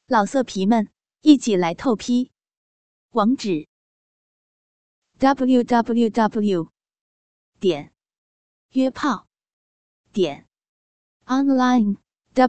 老色皮们，一起来透批！网址 www.约炮online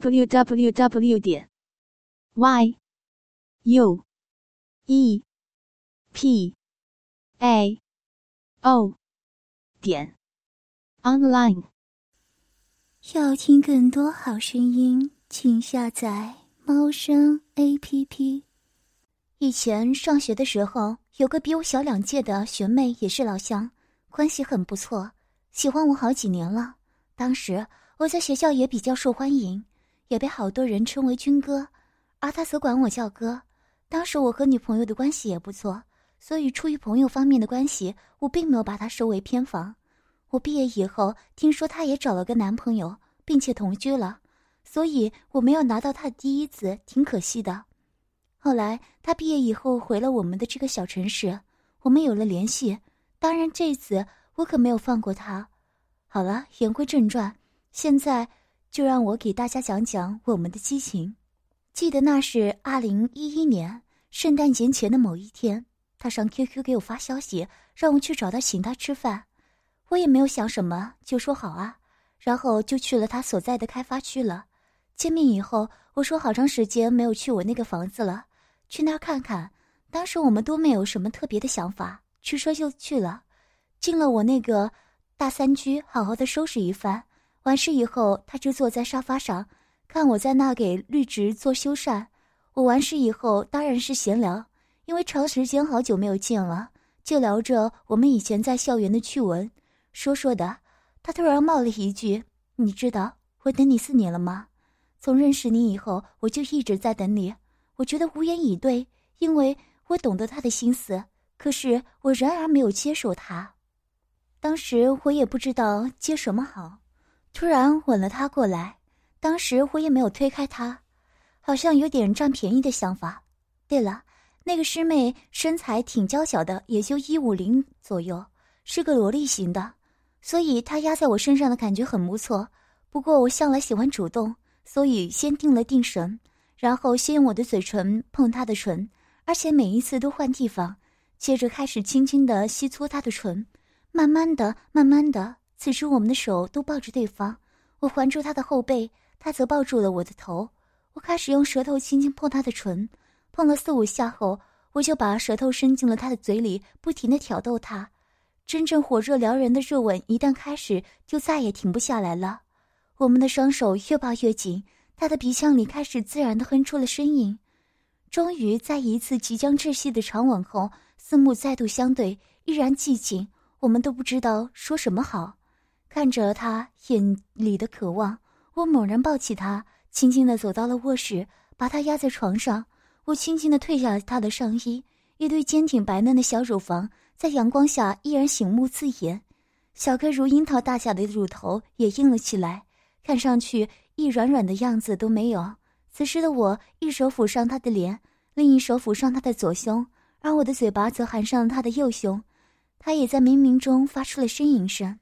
www.yuepao.online。 要听更多好声音，请下载猫声 APP。 以前上学的时候，有个比我小2届的学妹也是老乡，关系很不错，喜欢我好几年了。当时我在学校也比较受欢迎，也被好多人称为军哥，而他则管我叫哥。当时我和女朋友的关系也不错，所以出于朋友方面的关系，我并没有把他收为偏房。我毕业以后听说他也找了个男朋友，并且同居了，所以我没有拿到他的第一子，挺可惜的。后来他毕业以后回了我们的这个小城市，我们有了联系。当然这次我可没有放过他。好了，言归正传，现在就让我给大家讲讲我们的激情。记得那是2011年圣诞节前的某一天，他上 QQ 给我发消息，让我去找他请他吃饭。我也没有想什么，就说好啊，然后就去了他所在的开发区了。见面以后，我说好长时间没有去我那个房子了，去那儿看看。当时我们都没有什么特别的想法，驱车就去了。进了我那个大3居，好好的收拾一番。完事以后，他就坐在沙发上，看我在那给绿植做修缮。我完事以后当然是闲聊，因为长时间好久没有见了，就聊着我们以前在校园的趣闻。说的，他突然冒了一句：“你知道我等你4年了吗？从认识你以后，我就一直在等你。”我觉得无言以对，因为我懂得他的心思，可是我然而没有接受他。当时我也不知道接什么好，突然吻了他过来。当时我也没有推开他，好像有点占便宜的想法。对了，那个师妹身材挺娇小的，也就150左右，是个萝莉型的，所以她压在我身上的感觉很不错。不过我向来喜欢主动，所以先定了定神，然后先用我的嘴唇碰她的唇，而且每一次都换地方，接着开始轻轻地吸搓她的唇。慢慢的，此时我们的手都抱着对方，我环住她的后背，她则抱住了我的头。我开始用舌头轻轻碰她的唇，碰了4、5下后，我就把舌头伸进了她的嘴里，不停地挑逗她。真正火热撩人的热吻一旦开始，就再也停不下来了。我们的双手越抱越紧，他的鼻腔里开始自然地哼出了声音。终于在一次即将窒息的长吻后，四目再度相对，依然寂静，我们都不知道说什么好。看着他眼里的渴望，我猛然抱起他，轻轻地走到了卧室，把他压在床上。我轻轻地褪下了他的上衣，一对坚挺白嫩的小乳房在阳光下依然醒目刺眼，小颗如樱桃大小的乳头也硬了起来，看上去一软软的样子都没有。此时的我一手抚上他的脸，另一手抚上他的左胸，而我的嘴巴则含上了他的右胸。他也在冥冥中发出了呻吟声。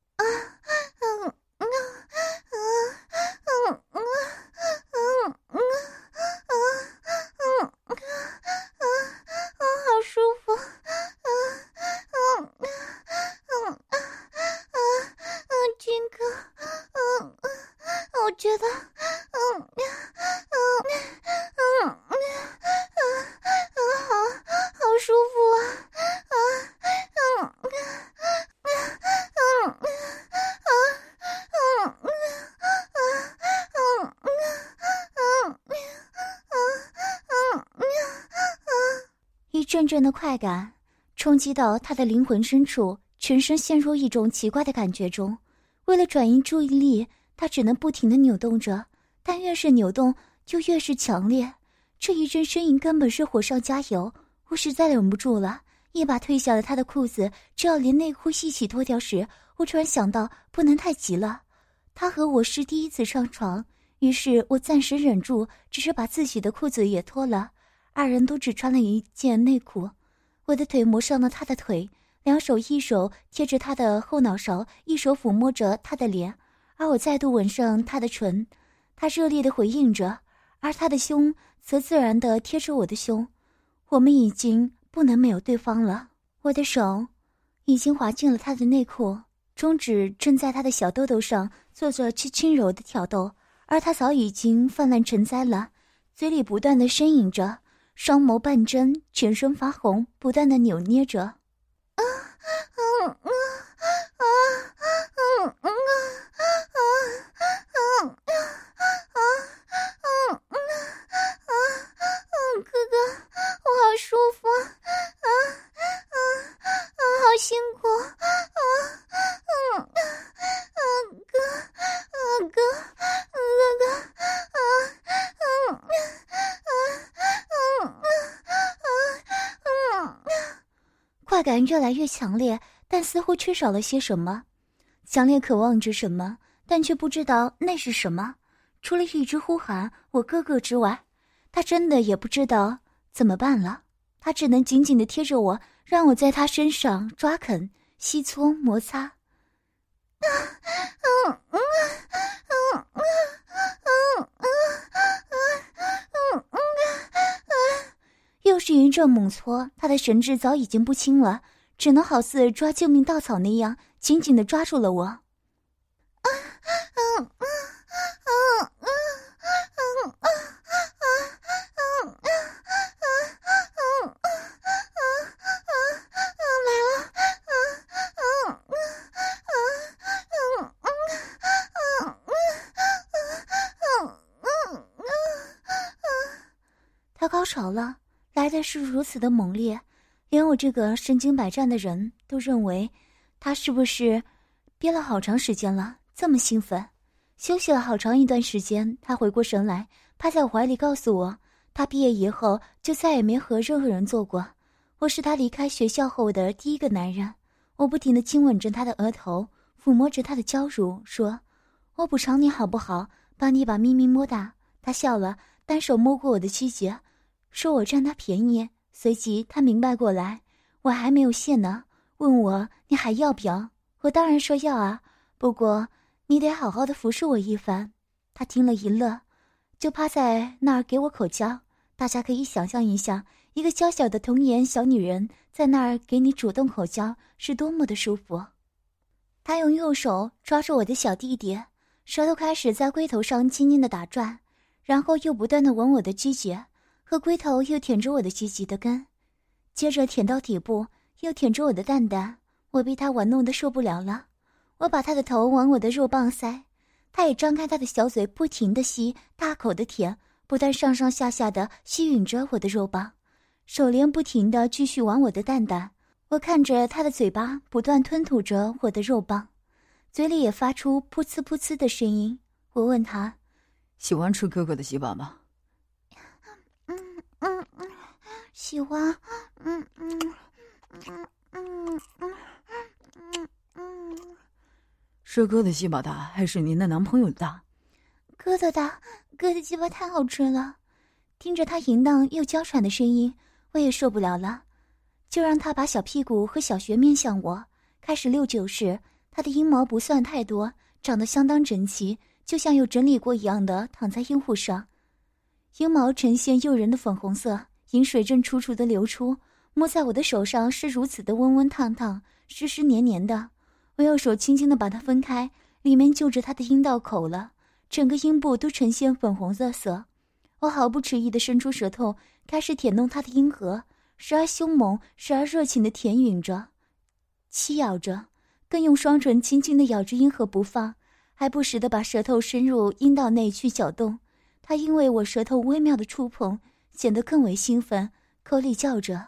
好舒服。军哥，我觉得好舒服啊。一阵阵的快感冲击到他的灵魂深处，全身陷入一种奇怪的感觉中。为了转移注意力，他只能不停地扭动着，但越是扭动就越是强烈。这一阵呻吟根本是火上加油，我实在忍不住了，一把褪下了他的裤子，只要连内裤一起脱掉时，我突然想到不能太急了。他和我是第一次上床，于是我暂时忍住，只是把自己的裤子也脱了，二人都只穿了一件内裤。我的腿磨上了他的腿，两手一手贴着他的后脑勺，一手抚摸着他的脸，而我再度吻上他的唇。他热烈地回应着，而他的胸则自然地贴着我的胸。我们已经不能没有对方了。我的手已经滑进了他的内裤，中指正在他的小豆豆上做着轻柔的挑逗，而他早已经泛滥成灾了，嘴里不断地呻吟着，双眸半睁，全身发红，不断地扭捏着。哥哥，我好舒服好辛苦快感越来越强烈，但似乎缺少了些什么。强烈渴望着什么，但却不知道那是什么。除了一直呼喊我哥哥之外，他真的也不知道怎么办了。他只能紧紧地贴着我，让我在他身上抓啃、吸搓、摩擦。又是一阵猛搓，他的神志早已经不清了，只能好似抓救命稻草那样紧紧地抓住了我。他高潮了，来的是如此的猛烈，连我这个身经百战的人都认为他是不是憋了好长时间了，这么兴奋。休息了好长一段时间，他回过神来，趴在我怀里告诉我，他毕业以后就再也没和任何人做过，我是他离开学校后的第一个男人。我不停地亲吻着他的额头，抚摸着他的娇乳，说，我补偿你好不好，帮你把咪咪摸大。他笑了，单手摸过我的膝节，说我占他便宜。随即他明白过来，我还没有谢呢，问我你还要不要。我当然说要啊，不过你得好好的服侍我一番。他听了一乐，就趴在那儿给我口交。大家可以想象一下，一个娇小的童颜小女人在那儿给你主动口交是多么的舒服。他用右手抓住我的小弟弟，舌头开始在龟头上轻轻的打转，然后又不断的吻我的鸡节，和龟头又舔着我的鸡鸡的根，接着舔到底部，又舔着我的蛋蛋。我被他玩弄得受不了了，我把他的头往我的肉棒塞，他也张开他的小嘴，不停地吸，大口的舔，不断上上下下的吸吮着我的肉棒，手连不停地继续玩我的蛋蛋。我看着他的嘴巴不断吞吐着我的肉棒，嘴里也发出噗呲噗呲的声音。我问他， 喜欢吃哥哥的鸡巴吗？ 喜欢。 是哥的鸡巴大还是您的男朋友大？ 哥的大，哥的鸡巴太好吃了。听着他淫荡又娇喘的声音，我也受不了了，就让他把小屁股和小穴面向我。开始六九时，他的阴毛不算太多，长得相当整齐，就像有整理过一样的躺在阴户上，阴毛呈现诱人的粉红色，饮水正楚楚地流出，摸在我的手上是如此的温温烫烫，湿湿黏黏的。我用手轻轻地把它分开，里面就着他的阴道口了，整个阴部都呈现粉红色。我毫不迟疑地伸出舌头，开始舔弄他的阴核，时而凶猛，时而热情地舔吮着，吸咬着，更用双唇轻轻地咬着阴核不放，还不时地把舌头伸入阴道内去搅动。他因为我舌头微妙的触碰，显得更为兴奋，口里叫着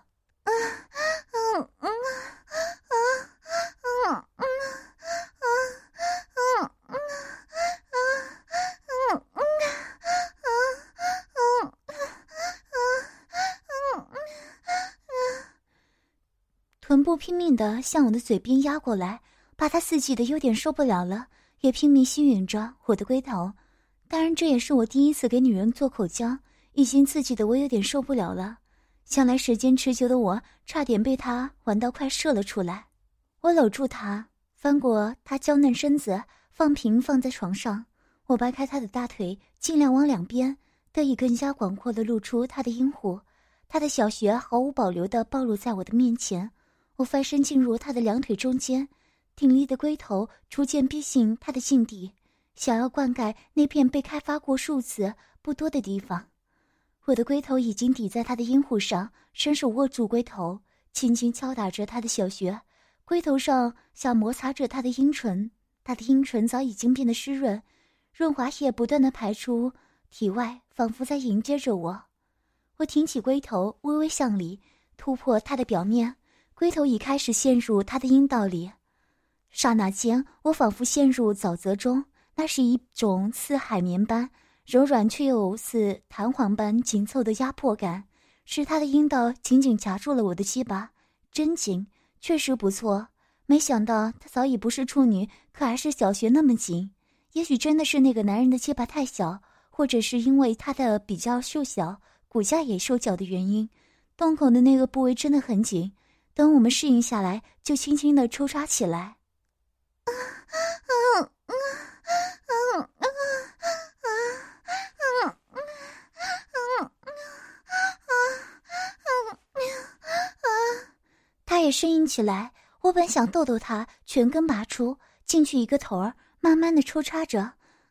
臀部拼命地向我的嘴边压过来，把他刺激的有点受不了了，也拼命吸吮着我的龟头。当然这也是我第一次给女人做口交，已经刺激的我有点受不了了。想来时间持久的我差点被他玩到快射了出来。我搂住他，翻过他娇嫩身子，放平放在床上。我掰开他的大腿，尽量往两边得以更加广阔地露出他的阴户，他的小穴毫无保留地暴露在我的面前。我翻身进入他的两腿中间，挺立的龟头逐渐逼近他的境地，想要灌溉那片被开发过数次不多的地方。我的龟头已经抵在他的阴户上，伸手握住龟头，轻轻敲打着他的小穴，龟头上想摩擦着他的阴唇，他的阴唇早已经变得湿润，润滑液不断地排出体外，仿佛在迎接着我。我挺起龟头，微微向里突破它的表面，龟头已开始陷入他的阴道里。刹那间，我仿佛陷入沼泽中，那是一种似海绵般柔软却又似弹簧般紧凑的压迫感，使他的阴道紧紧夹住了我的鸡巴，真紧，确实不错。没想到他早已不是处女，可还是小穴那么紧。也许真的是那个男人的鸡巴太小，或者是因为他的比较瘦小，骨架也瘦小的原因，洞口的那个部位真的很紧。等我们适应下来，就轻轻地抽插起来。他也呻吟起来。我本想逗逗他，全根拔出，进去一个头儿，慢慢的抽插着。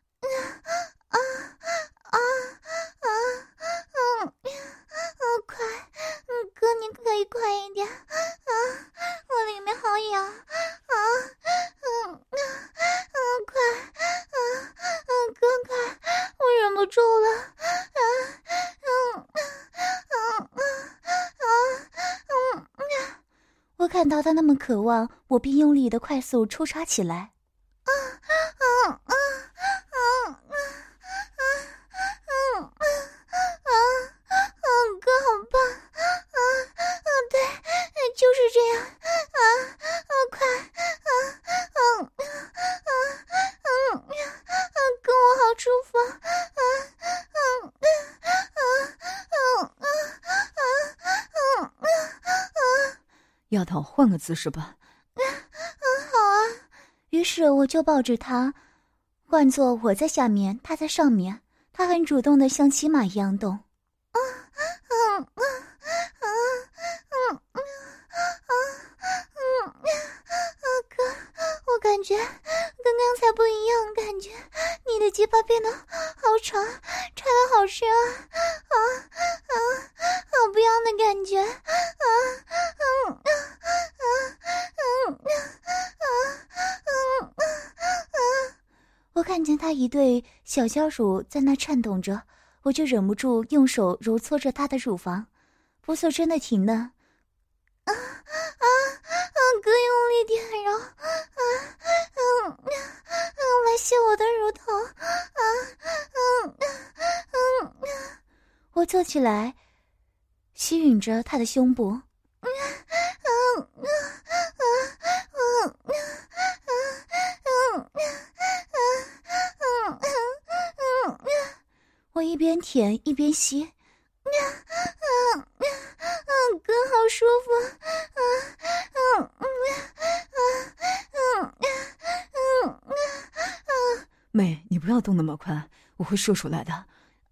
快，哥，你可以快一点啊！我里面好痒啊！快哥快，我忍不住了我看到他那么渴望，我便用力的快速抽插起来。哥好棒对，就是这样快哥我好舒服丫头，换个姿势吧。 好啊。于是我就抱着他，换作我在下面，他在上面。他很主动的像骑马一样动。哥，我感觉跟刚才不一样，感觉你的鸡巴变得好长，插得好深好不一样的感觉我看见他一对小娇乳在那颤动着，我就忍不住用手揉搓着他的乳房，不错，真的挺嫩。哥用力点揉，来吸我的乳头，我坐起来，吸吮着他的胸部。我一边舔一边吸，哥好舒服， 妹，你不要动那么快，我会射出来的。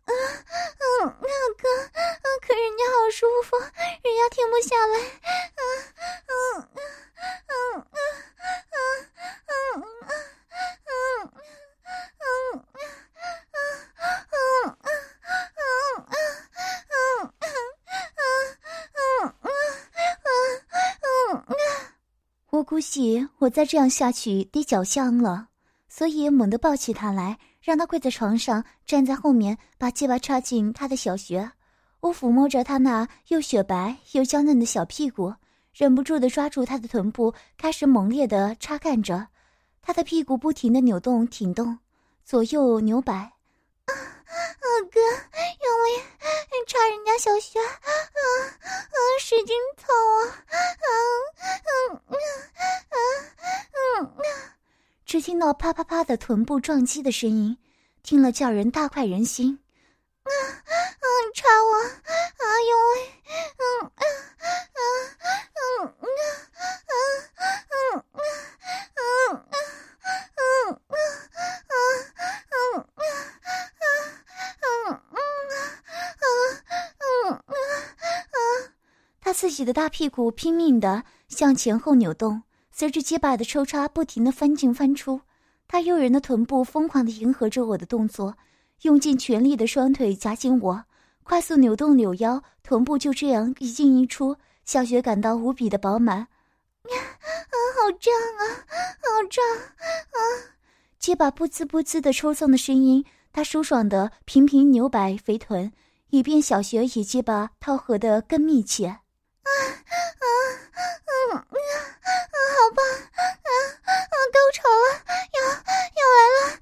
哥，可人家好舒服，人家停不下来。我估计我再这样下去得脚香了，所以猛地抱起他来，让他跪在床上，站在后面，把鸡巴插进他的小穴。我抚摸着他那又雪白又娇嫩的小屁股，忍不住地抓住他的臀部，开始猛烈地插干着。他的屁股不停地扭动挺动，左右扭摆。哥，用力插人家小穴，使劲操只听到啪啪啪的臀部撞击的声音，听了叫人大快人心。插我用力自己的大屁股拼命地向前后扭动，随着鸡巴的抽插不停地翻进翻出。他诱人的臀部疯狂地迎合着我的动作，用尽全力的双腿夹紧我，快速扭动扭腰，臀部就这样一进一出。小雪感到无比的饱满，好胀啊，好胀啊！鸡巴不滋不滋的抽送的声音，他舒爽的频频扭摆肥臀，以便小雪与鸡巴套合得更密切。好棒高潮了，要来了！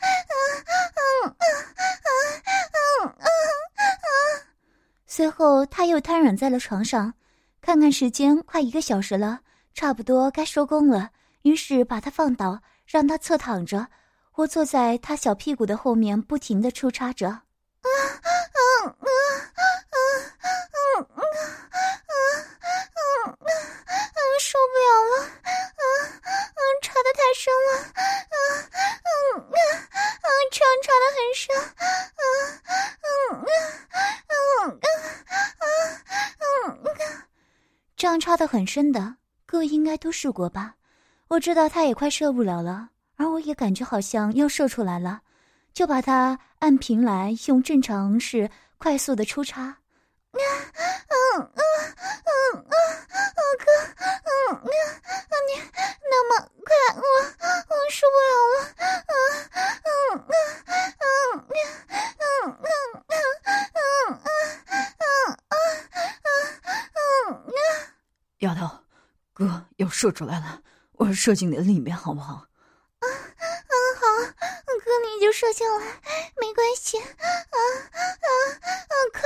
随后他又瘫软在了床上，看看时间，快1个小时了，差不多该收工了。于是把他放倒，让他侧躺着，我坐在他小屁股的后面，不停地抽插着。受不了了，插得太深了，插得很深，这样插得很深的，各位应该都试过吧？我知道他也快受不了了，而我也感觉好像要射出来了，就把他按平来，用正常式快速的抽插。哥，你那么快，我受不了了。 丫头，哥要射出来了，我射进你的里面好不好？ 好，哥你就射进来，没关系。快！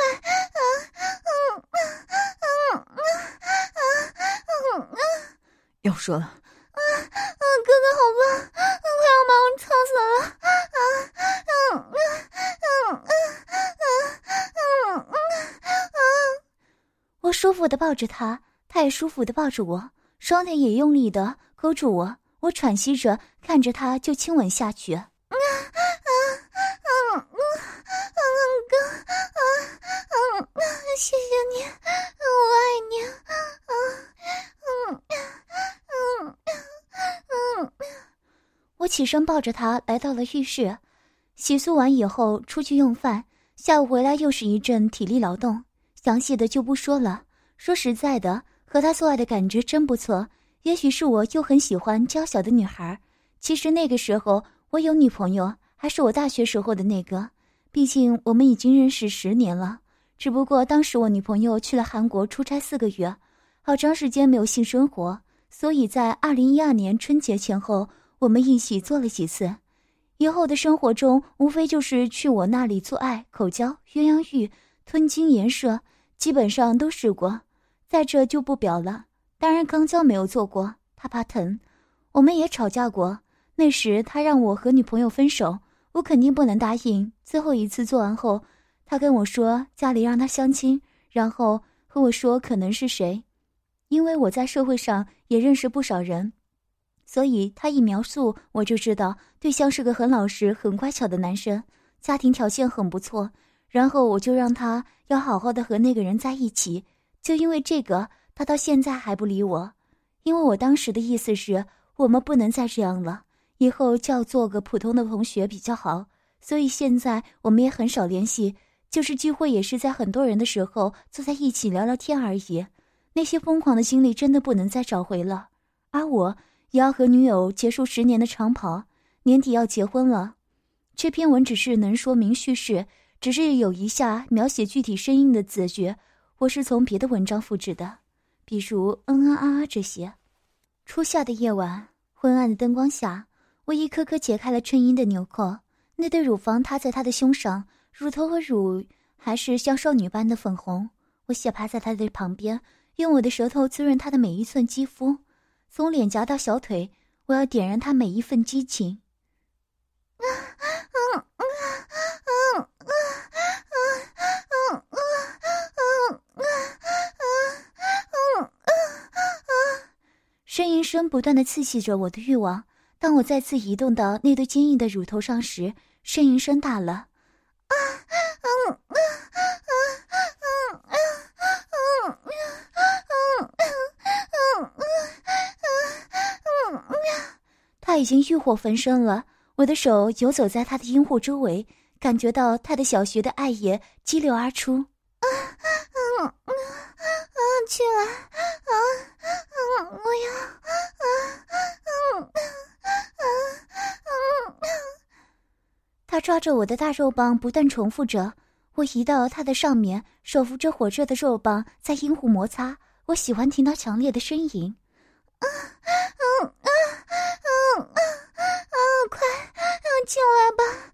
要射了。 哥哥好棒，快要把我操死了。我舒服地抱着他，他也舒服地抱着我，双腿也用力地勾住我。我喘息着看着他就亲吻下去。哥，谢谢你，我爱你。我起身抱着他来到了浴室，洗漱完以后出去用饭，下午回来又是一阵体力劳动，详细的就不说了。说实在的，和他做爱的感觉真不错，也许是我又很喜欢娇小的女孩。其实那个时候我有女朋友，还是我大学时候的那个，毕竟我们已经认识10年了。只不过当时我女朋友去了韩国出差4个月，好长时间没有性生活，所以在2012年春节前后我们一起做了几次。以后的生活中无非就是去我那里做爱、口交、鸳鸯浴、吞精颜射，基本上都试过，在这就不表了。当然肛交没有做过，他怕疼。我们也吵架过，那时他让我和女朋友分手，我肯定不能答应。最后一次做完后，他跟我说家里让他相亲，然后和我说可能是谁。因为我在社会上也认识不少人，所以他一描述我就知道对象是个很老实很乖巧的男生，家庭条件很不错。然后我就让他要好好的和那个人在一起，就因为这个他到现在还不理我。因为我当时的意思是我们不能再这样了，以后就要做个普通的同学比较好，所以现在我们也很少联系，就是聚会也是在很多人的时候坐在一起聊聊天而已。那些疯狂的经历真的不能再找回了。而我也要和女友结束10年的长跑，年底要结婚了。这篇文只是能说明叙事，只是有一下描写具体声音的子句，我是从别的文章复制的，比如这些。初夏的夜晚，昏暗的灯光下，我一颗颗解开了衬衣的纽扣，那对乳房塌在他的胸上，乳头和乳还是像少女般的粉红。我斜趴在他的旁边，用我的舌头滋润他的每一寸肌肤，从脸颊到小腿，我要点燃他每一份激情。呻吟声不断地刺激着我的欲望，当我再次移动到那对坚硬的乳头上时，呻吟声大了。呻他已经欲火焚身了，我的手游走在他的阴户周围，感觉到他的小穴的爱液激流而出。起来，我要，他抓着我的大肉棒，不断重复着。我移到他的上面，手扶着火热的肉棒在阴户摩擦。我喜欢听到强烈的呻吟。快进来吧！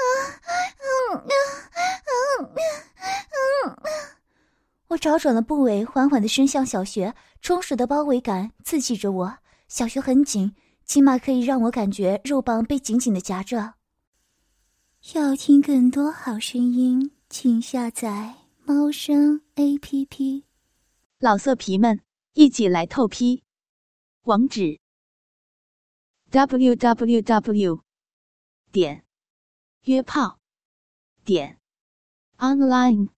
我找准了部位，缓缓地伸向小穴，充实的包围感刺激着我。小穴很紧，起码可以让我感觉肉棒被紧紧地夹着。要听更多好声音，请下载猫声 APP。 老色皮们，一起来透批！网址 www.约炮online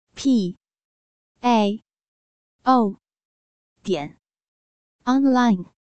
www.yuepao.online